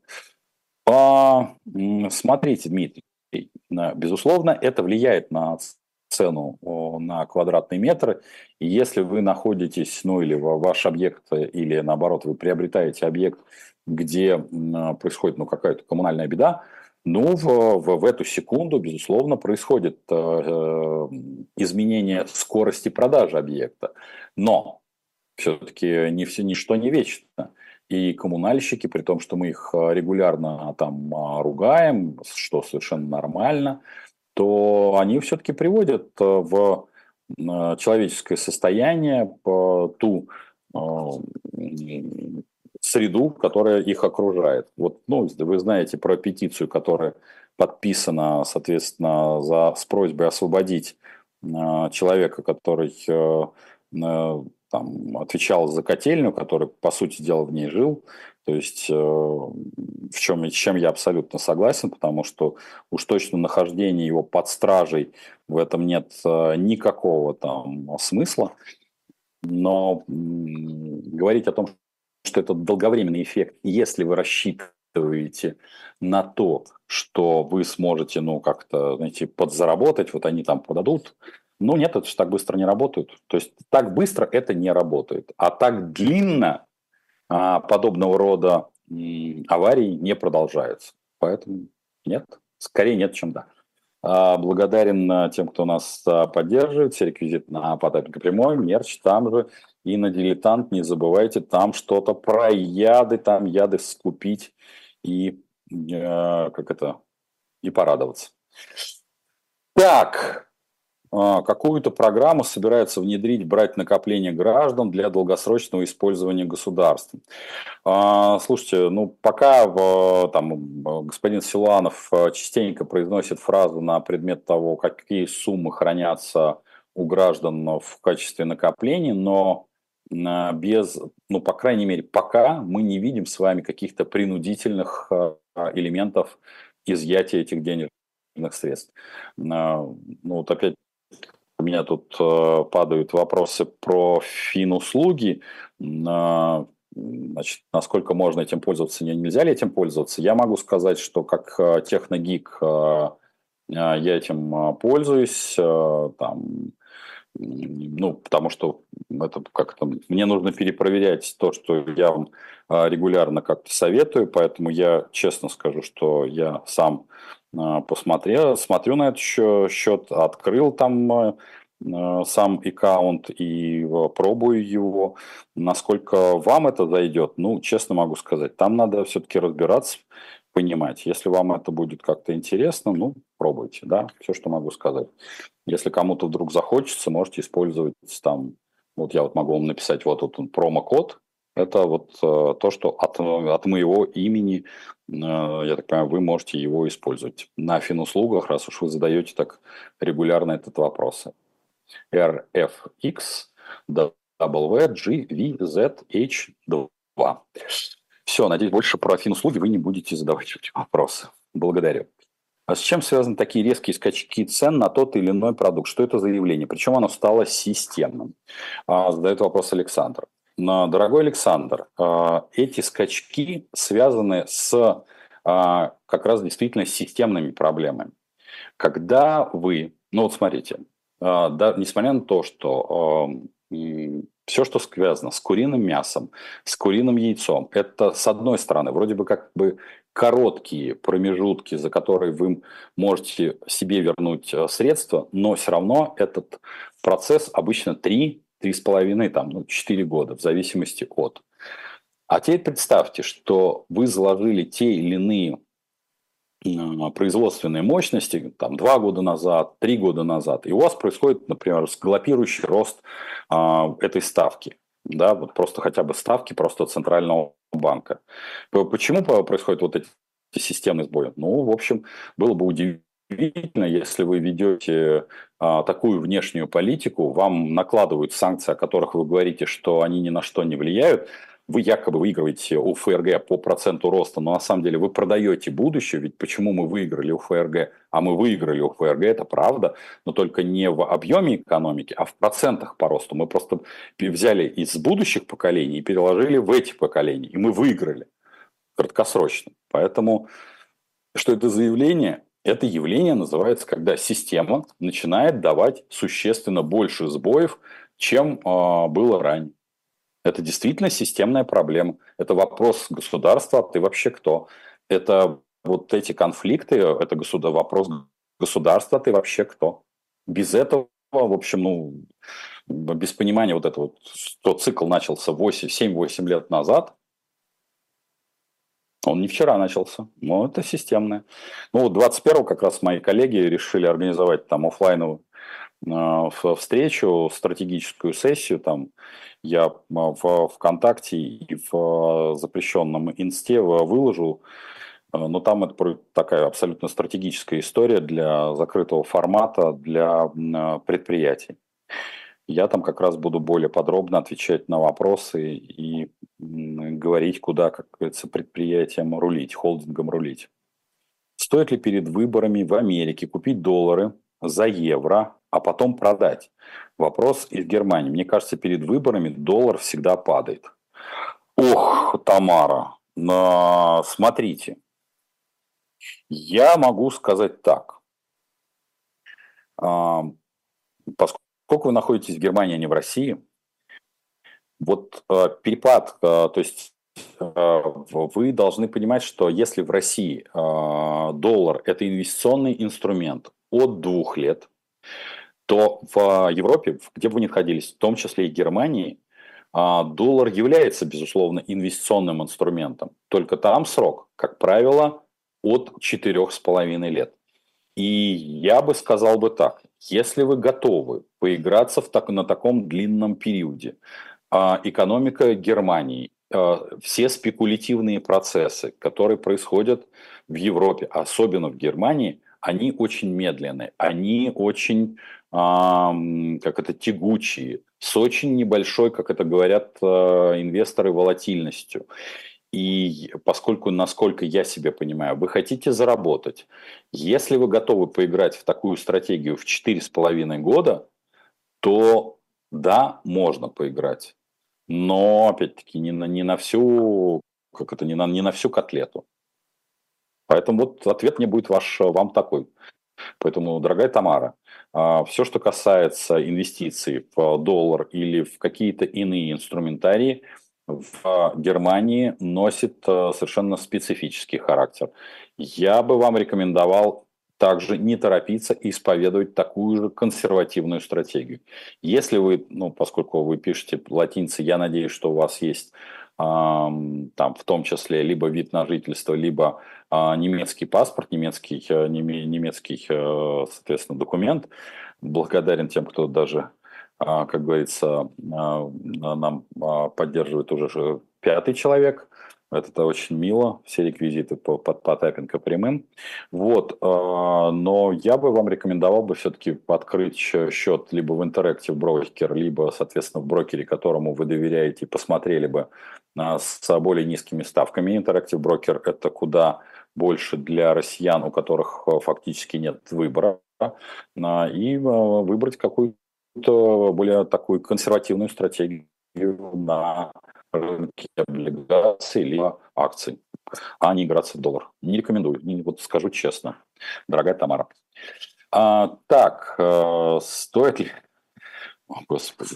А, м, смотрите, Дмитрий, на- безусловно, это влияет на ц- цену о, на квадратный метр. И если вы находитесь, ну или ва- ваш объект, э, или наоборот, вы приобретаете объект, где м, а, происходит ну, какая-то коммунальная беда, ну, в, в, в эту секунду, безусловно, происходит э, э, изменение скорости продажи объекта. Но все-таки не все, ничто не вечно. И коммунальщики, при том, что мы их а, регулярно а, там а, ругаем, что совершенно нормально, то они все-таки приводят а, в э, человеческое состояние, по ту э, среду, которая их окружает. Вот, ну, вы знаете про петицию, которая подписана, соответственно, за, с просьбой освободить э, человека, который э, э, там, отвечал за котельную, который, по сути дела, в ней жил. То есть, э, в чем, с чем я абсолютно согласен, потому что уж точно нахождение его под стражей, в этом нет э, никакого там смысла. Но м, говорить о том, что это долговременный эффект, если вы рассчитываете на то, что вы сможете, ну, как-то, знаете, подзаработать, вот они там подадут, ну, нет, это же так быстро не работает. То есть, так быстро это не работает. А так длинно а, подобного рода м, аварии не продолжаются. Поэтому нет, скорее нет, чем да. А, Благодарен а, тем, кто нас а, поддерживает. Все реквизиты на Потапенко прямой, мерч там же. И на дилетант не забывайте там что-то про яды, там яды скупить и э, как это и порадоваться. Так, а, какую-то программу собирается внедрить, брать накопление граждан для долгосрочного использования государством. А, Слушайте, ну пока в, там, э, господин Силуанов э, частенько произносит фразу на предмет того, какие суммы хранятся у граждан в качестве накоплений, но а, без, ну по крайней мере, пока мы не видим с вами каких-то принудительных э, элементов изъятия этих денежных средств. А, Ну вот опять у меня тут э, падают вопросы про финуслуги. На, значит, насколько можно этим пользоваться, не- нельзя ли этим пользоваться? Я могу сказать, что как э, техногик э, э, я этим э, пользуюсь. э, там, м, ну, потому что это как-то мне нужно перепроверять то, что я вам э, регулярно как-то советую, поэтому я честно скажу, что я сам э, посмотрел, смотрю на этот счё- счет, открыл там э, э, сам аккаунт и э, пробую его. Насколько вам это зайдет, ну, честно могу сказать, там надо все-таки разбираться, понимать. Если вам это будет как-то интересно, ну, пробуйте, да, все, что могу сказать. Если кому-то вдруг захочется, можете использовать там, вот я вот могу вам написать вот тут он промокод, это вот э, то, что от, от моего имени, э, я так понимаю, вы можете его использовать на финуслугах, раз уж вы задаете так регулярно этот вопрос. эр эф икс дабл ю джи ви зет эйч два. Все, надеюсь, больше про финуслуги вы не будете задавать эти вопросы. Благодарю. А с чем связаны такие резкие скачки цен на тот или иной продукт? Что это за явление? Причем оно стало системным? А, задает вопрос Александр. Но, дорогой Александр, а, эти скачки связаны с а, как раз действительно системными проблемами. Когда вы, ну вот смотрите, а, да, несмотря на то, что все, что связано с куриным мясом, с куриным яйцом, это с одной стороны вроде бы как бы короткие промежутки, за которые вы можете себе вернуть э, средства, но все равно этот процесс обычно три, три с половиной, там, ну, четыре года, в зависимости от. А теперь представьте, что вы заложили те или иные а, производственные мощности там, два года назад, три года назад, и у вас происходит, например, галопирующий рост а, этой ставки. Да, вот просто хотя бы ставки просто центрального банка. Почему происходят вот эти системные сбои? Ну, в общем, было бы удивительно, если вы ведете а, такую внешнюю политику, вам накладывают санкции, о которых вы говорите, что они ни на что не влияют, вы якобы выигрываете у ФРГ по проценту роста, но на самом деле вы продаете будущее, ведь почему мы выиграли у ФРГ, а мы выиграли у ФРГ, это правда, но только не в объеме экономики, а в процентах по росту. Мы просто взяли из будущих поколений и переложили в эти поколения, и мы выиграли краткосрочно. Поэтому что это за явление? Это явление называется, когда система начинает давать существенно больше сбоев, чем э, было ранее. Это действительно системная проблема. Это вопрос государства, а ты вообще кто? Это вот эти конфликты, это государ... вопрос государства, а ты вообще кто? Без этого, в общем, ну, без понимания вот этого, вот, что цикл начался семь-восемь лет назад, он не вчера начался, но это системное. Ну, вот двадцать первого как раз мои коллеги решили организовать там офлайновую а, в встречу, стратегическую сессию, там я а, в ВКонтакте и в запрещенном Инсте в- выложу, а, но там это про- такая абсолютно стратегическая история для закрытого формата, для м, а, предприятий. Я там как раз буду более подробно отвечать на вопросы и м, говорить, куда, как говорится, предприятиям рулить, холдингам рулить. Стоит ли перед выборами в Америке купить доллары за евро, а потом продать? Вопрос из Германии. Мне кажется, перед выборами доллар всегда падает. Ох, Тамара, на- смотрите, я могу сказать так. А, Поскольку вы находитесь в Германии, а не в России, вот э, перепад, э, то есть э, вы должны понимать, что если в России э, доллар – это инвестиционный инструмент от двух лет, то в Европе, где бы вы ни находились, в том числе и Германии, а, доллар является, безусловно, инвестиционным инструментом. Только там срок, как правило, от четырех с половиной лет. И я бы сказал бы так, если вы готовы поиграться в так, на таком длинном периоде, а, экономика Германии, а, все спекулятивные процессы, которые происходят в Европе, особенно в Германии, они очень медленные, они очень, ам, как это, тягучие, с очень небольшой, как это говорят а, инвесторы, волатильностью. И поскольку, насколько я себя понимаю, вы хотите заработать, если вы готовы поиграть в такую стратегию в четыре с половиной года, то да, можно поиграть. Но, опять-таки, не на, не на всю, как это, не на, не на всю котлету. Поэтому вот ответ мне будет ваш, вам такой. Поэтому, дорогая Тамара, все, что касается инвестиций в доллар или в какие-то иные инструментарии, в Германии носит э, совершенно специфический характер. Я бы вам рекомендовал также не торопиться и исповедовать такую же консервативную стратегию. Если вы, ну, поскольку вы пишете латинцы, я надеюсь, что у вас есть ам, там в том числе либо вид на жительство, либо а, немецкий паспорт, немецкий, э, неме- немецкий, э, соответственно, документ. Благодарен тем, кто даже, а, как говорится, а, нам а, поддерживает уже же пятый человек. Это очень мило, все реквизиты по, под Потапенко прямым. Вот, а, но я бы вам рекомендовал бы все-таки открыть щ- счет либо в Interactive Broker, либо, соответственно, в брокере, которому вы доверяете, и посмотрели бы а, с более низкими ставками. Interactive Broker – это куда больше для россиян, у которых э, фактически нет выбора, а, и э, выбрать какую-то более такую консервативную стратегию на рынке облигаций либо акций, а не играться в доллар. Не рекомендую, не, вот скажу честно, дорогая Тамара. А, так, э, стоит ли... О, Господи.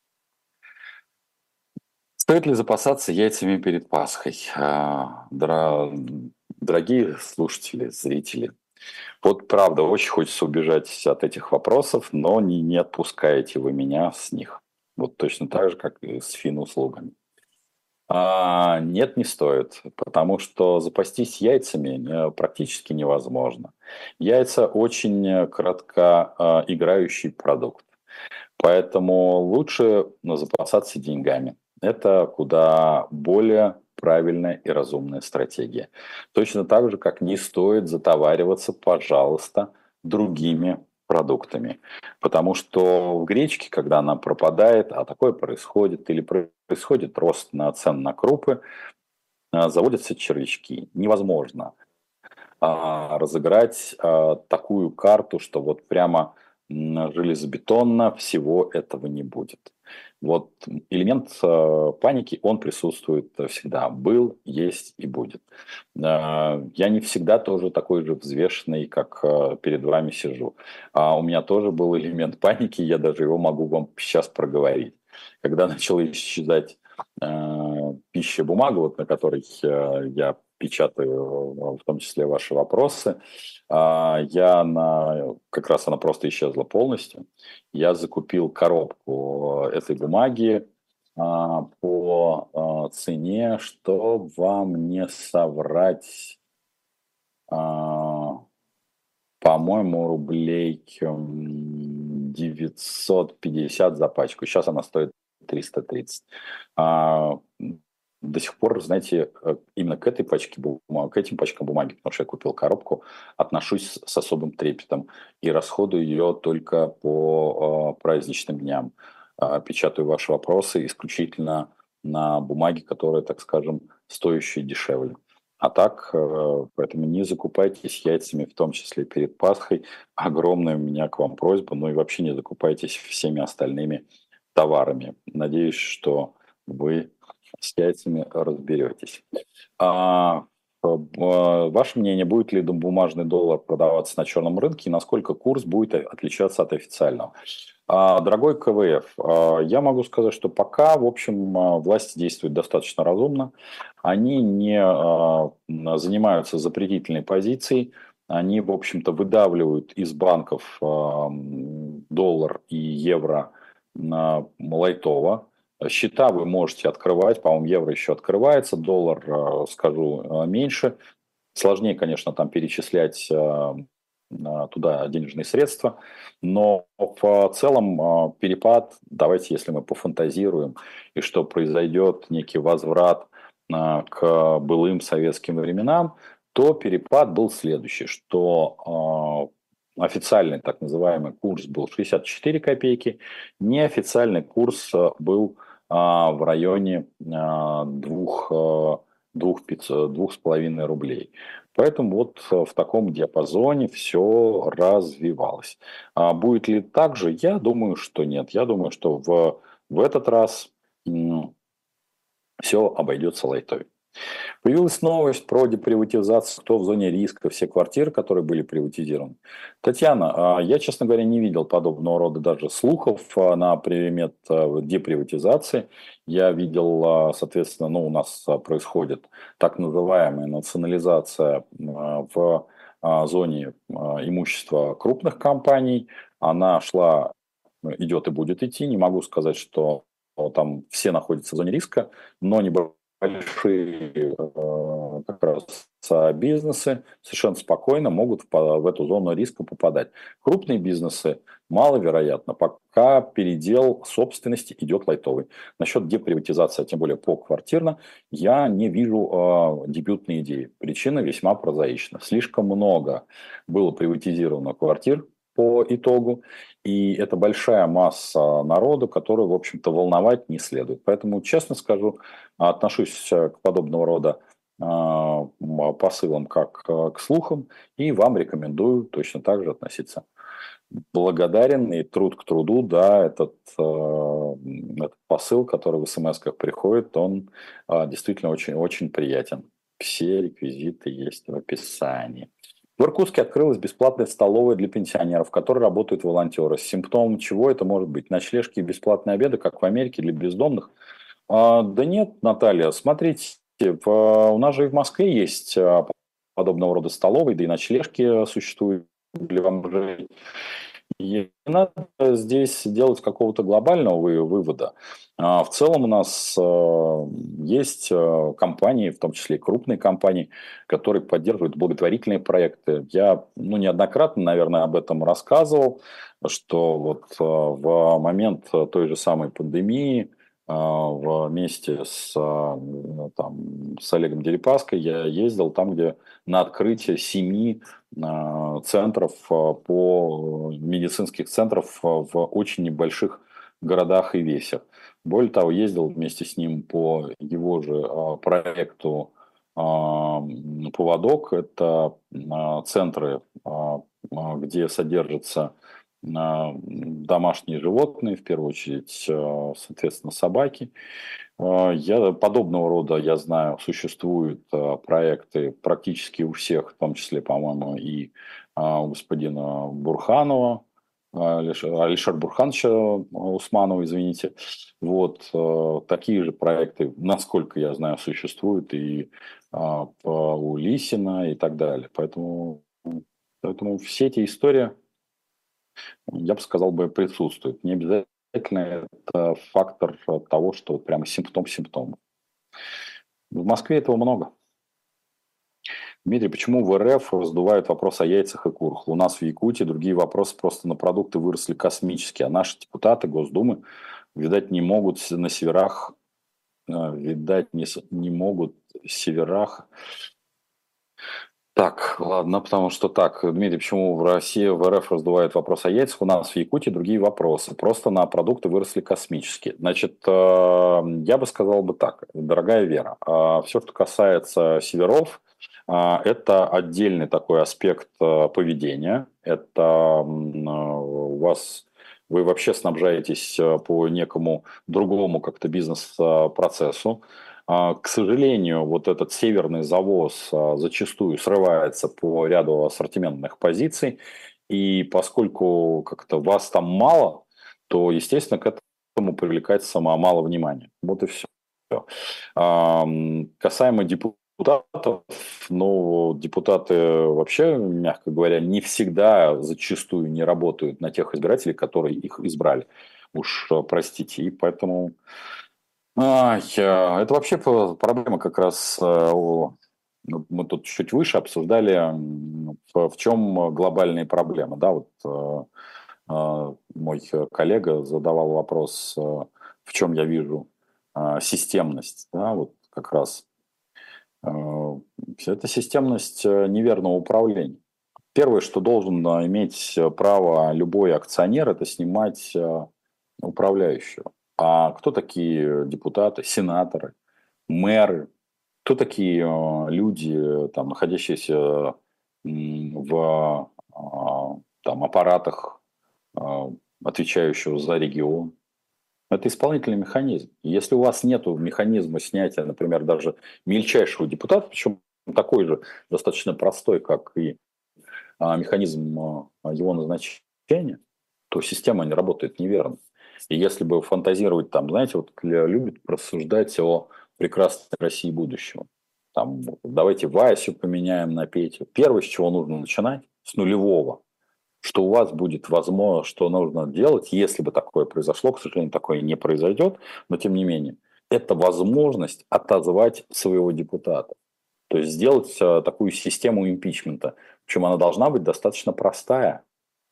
Стоит ли запасаться яйцами перед Пасхой? А, дра- Дорогие слушатели, зрители, вот правда, очень хочется убежать от этих вопросов, но не, не отпускаете вы меня с них. Вот точно так же, как и с финуслугами. А, нет, не стоит, потому что запастись яйцами э, практически невозможно. Яйца очень э, кратко э, играющий продукт. Поэтому лучше ну, запасаться деньгами. Это куда более правильная и разумная стратегия. Точно так же, как не стоит затовариваться, пожалуйста, другими продуктами. Потому что в гречке, когда она пропадает, а такое происходит, или происходит рост на цен на крупы, а, заводятся червячки. Невозможно а, разыграть а, такую карту, что вот прямо м, железобетонно всего этого не будет. Вот элемент э, паники, он присутствует всегда. Был, есть и будет. Э, Я не всегда тоже такой же взвешенный, как э, перед вами сижу. А у меня тоже был элемент паники, я даже его могу вам сейчас проговорить. Когда начала исчезать э, пища, бумага, вот на которой э, я печатаю, э, в том числе ваши вопросы, а, я на, как раз она просто исчезла полностью. Я закупил коробку этой бумаги а, по а, цене, что вам не соврать, а, по-моему, рублей девятьсот пятьдесят за пачку. Сейчас она стоит триста тридцать. А, до сих пор, знаете, э, именно к этой пачке бумаги, к этим пачкам бумаги, потому что я купил коробку, отношусь с особым трепетом и расходую ее только по э, праздничным дням. А, Печатаю ваши вопросы исключительно на бумаге, которая, так скажем, стоящая дешевле. А так, э, поэтому не закупайтесь яйцами, в том числе перед Пасхой. Огромная у меня к вам просьба, ну и вообще не закупайтесь всеми остальными товарами. Надеюсь, что вы с яйцами разберетесь. А, э, б- ваше мнение, будет ли бумажный доллар продаваться на черном рынке и насколько курс будет отличаться от официального? А, Дорогой ка вэ эф, а, я могу сказать, что пока, в общем, а, власти действуют достаточно разумно. Они не а, м, занимаются запретительной позицией. Они, в общем-то, выдавливают из банков а, м, доллар и евро на лайтово. Счета вы можете открывать, по-моему, евро еще открывается, доллар, а, скажу, а, меньше. Сложнее, конечно, там перечислять а, а, туда денежные средства, но в целом а, перепад, давайте, если мы пофантазируем, и что произойдет некий возврат а, к былым советским временам, то перепад был следующий, что а, официальный так называемый курс был шестьдесят четыре копейки, неофициальный курс а, был а, в районе а, двух, а, двух, пятьсот, двух с половиной рублей. Поэтому вот э, в таком диапазоне все развивалось. А будет ли так же? Я думаю, что нет. Я думаю, что в, в этот раз все обойдется лайтовой. Появилась новость про деприватизацию, кто в зоне риска, все квартиры, которые были приватизированы. Татьяна, а, я, честно говоря, не видел подобного рода даже слухов а, на предмет а, деприватизации. Я видел, а, соответственно, ну, у нас а, происходит так называемая национализация а, в а, зоне а, имущества крупных компаний. Она шла, идет и будет идти. Не могу сказать, что там все находятся в зоне риска, но не большие э, как раз бизнесы совершенно спокойно могут в, в эту зону риска попадать. Крупные бизнесы маловероятно, пока передел собственности идет лайтовый. Насчет деприватизации, а тем более поквартирно, я не вижу э, дебютной идеи. Причина весьма прозаична. Слишком много было приватизировано квартир по итогу, и это большая масса народу, которую, в общем-то, волновать не следует. Поэтому, честно скажу, отношусь к подобного рода а, посылам как а, к слухам, и вам рекомендую точно так же относиться. Благодарен и труд к труду, да, этот, а, этот посыл, который в смс-ках приходит, он а, действительно очень, очень приятен. Все реквизиты есть в описании. В Иркутске открылась бесплатная столовая для пенсионеров, в которой работают волонтеры. Симптомом чего это может быть? Ночлежки и бесплатные обеды, как в Америке, для бездомных? А, да нет, Наталья, смотрите, в- у нас же и в Москве есть а, подобного рода столовые, да и ночлежки существуют для бомжей. И не надо здесь делать какого-то глобального вы- вывода. А, В целом у нас э, есть э, компании, в том числе и крупные компании, которые поддерживают благотворительные проекты. Я ну, неоднократно, наверное, об этом рассказывал, что вот э, в момент той же самой пандемии э, вместе с, э, ну, там, с Олегом Дерипаской я ездил там, где на открытие семи э, центров э, по медицинских центров э, в очень небольших городах и весях. Более того, ездил вместе с ним по его же э, проекту э, «Поводок». Это э, центры, э, э, где содержатся э, домашние животные, в первую очередь, э, соответственно, собаки. А, Я, подобного рода, я знаю, существуют а, проекты практически у всех, в том числе, по-моему, и а, у господина Бурханова, а, Алиш- Алишер Бурхановича Усманова, извините. Вот а, такие же проекты, насколько я знаю, существуют и а, по- у Лисина и так далее. Поэтому, поэтому все эти истории, я бы сказал, бы присутствуют. Не обязательно это фактор того, что вот прямо симптом симптома. В Москве этого много. Дмитрий, почему в эр эф раздувают вопрос о яйцах и курах? У нас в Якутии другие вопросы просто на продукты выросли космически, а наши депутаты Госдумы, видать, не могут на северах, а, видать, не, с- не могут в северах. Так, ладно, потому что так, Дмитрий, почему в России, в эр эф раздувают вопрос о яйцах, у нас в Якутии другие вопросы. Просто на продукты выросли космически. Значит, э, я бы сказал бы так, дорогая Вера, все, что касается северов, а, это отдельный такой аспект э, поведения. Это м, э, у вас вы вообще снабжаетесь э, по некому другому как-то бизнес-процессу. А, К сожалению, вот этот северный завоз а, зачастую срывается по ряду ассортиментных позиций, и поскольку как-то вас там мало, то, естественно, к этому привлекается мало внимания. Вот и все. Касаемо депутатов, ну, депутаты вообще, мягко говоря, не всегда, зачастую не работают на тех избирателей, которые их избрали. Уж э, простите. И поэтому Ай, а, это вообще п- проблема как раз. э, о, ну, Мы тут чуть выше обсуждали, м, в, в чем глобальные проблемы. Да, вот э, э, мой коллега задавал вопрос, э, в чем я вижу э, системность. Да, вот как раз э, это системность э, неверного управления. Первое, что должен э, иметь э, право любой акционер, это снимать э, управляющего. А кто такие депутаты, сенаторы, мэры? Кто такие э, люди, там, находящиеся м, в а, там, аппаратах, а, отвечающего за регион? Это исполнительный механизм. И если у вас нет механизма снятия, например, даже мельчайшего депутата, причем такой же достаточно простой, как и а, механизм а, его назначения, то система не работает неверно. И если бы фантазировать там, знаете, вот любят рассуждать о прекрасной России будущего. Там, давайте Васю поменяем на Петю. Первое, с чего нужно начинать, с нулевого, что у вас будет возможно, что нужно делать, если бы такое произошло, к сожалению, такое не произойдет, но тем не менее, это возможность отозвать своего депутата. То есть сделать э, такую систему импичмента. Причем она должна быть достаточно простая.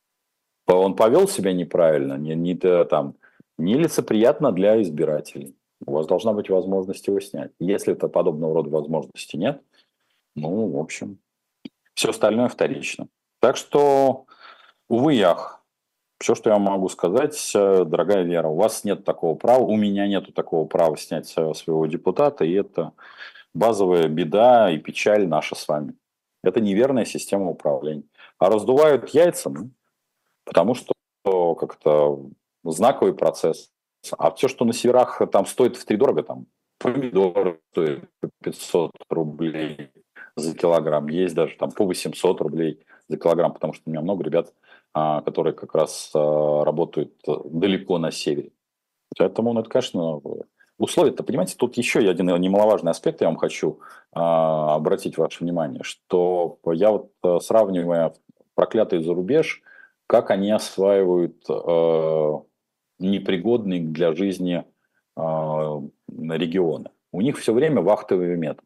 Он повел себя неправильно, не, не, т- там, нелицеприятно для избирателей. У вас должна быть возможность его снять. Если это подобного рода возможности нет, ну, в общем, все остальное вторично. Так что, увы, ях, все, что я могу сказать, э, дорогая Вера, у вас нет такого права, у меня нет такого права снять э, своего депутата, и это базовая беда и печаль наша с вами. Это неверная система управления. А раздувают яйца, ну, потому что как-то знаковый процесс. А все, что на северах там стоит втридорого, там помидоры стоят по пятьсот рублей за килограмм, есть даже там по восемьсот рублей за килограмм, потому что у меня много ребят, а, которые как раз а, работают э, далеко на севере. Поэтому, ну, это, конечно, условия-то, понимаете, тут еще один немаловажный аспект, я вам хочу а, обратить ваше внимание, что я вот э, сравнивая проклятый зарубеж, как они осваивают э, непригодные для жизни э, регионы. У них все время вахтовый метод.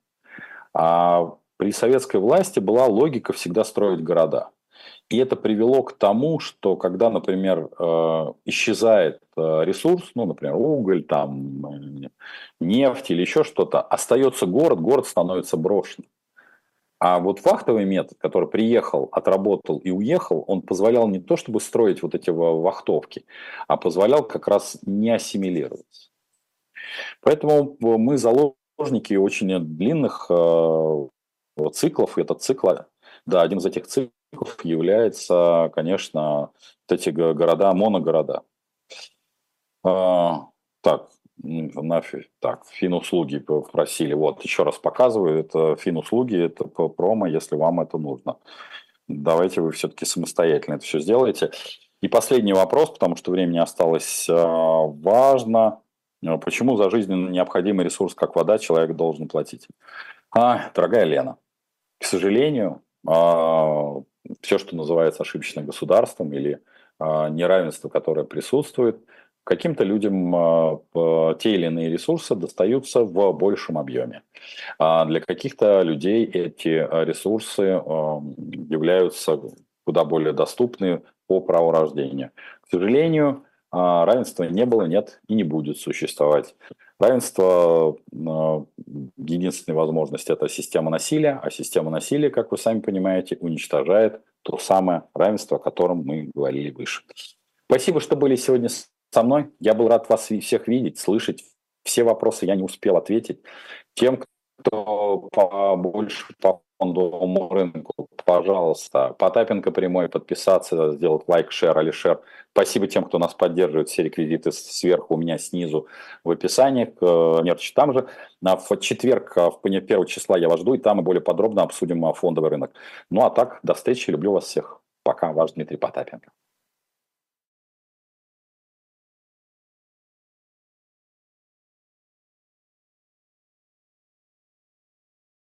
А при советской власти была логика всегда строить города. И это привело к тому, что когда, например, э, исчезает э, ресурс, ну, например, уголь, там, э, нефть или еще что-то, остается город, город становится брошенным. А вот вахтовый метод, который приехал, отработал и уехал, он позволял не то, чтобы строить вот эти вахтовки, а позволял как раз не ассимилироваться. Поэтому мы заложники очень длинных э, циклов, и этот цикл, да, один из этих циклов является, конечно, вот эти города, моногорода. А, так, на, так, финуслуги просили. Вот, еще раз показываю, это финуслуги, это промо, если вам это нужно. Давайте вы все-таки самостоятельно это все сделаете. И последний вопрос, потому что времени осталось а, важно. А, Почему за жизненно необходимый ресурс, как вода, человек должен платить? А, дорогая Лена, к сожалению, все, что называется ошибочным государством или а, неравенство, которое присутствует, каким-то людям э, п- те или иные ресурсы достаются в большем объеме. А для каких-то людей эти э, ресурсы э, являются куда более доступны по праву рождения. К сожалению, э, равенства не было, нет и не будет существовать. Равенство, э, единственная возможность – это система насилия, а система насилия, как вы сами понимаете, уничтожает то самое равенство, о котором мы говорили выше. Спасибо, что были сегодня со мной. Я был рад вас всех видеть, слышать. Все вопросы я не успел ответить. Тем, кто побольше по фондовому рынку, пожалуйста, Потапенко прямой, подписаться, сделать лайк, шер, алишер. Спасибо тем, кто нас поддерживает. Все реквизиты сверху у меня снизу в описании. Мерч там же. В четверг, в первого числа я вас жду, и там мы более подробно обсудим фондовый рынок. Ну а так, до встречи. Люблю вас всех. Пока. Ваш Дмитрий Потапенко.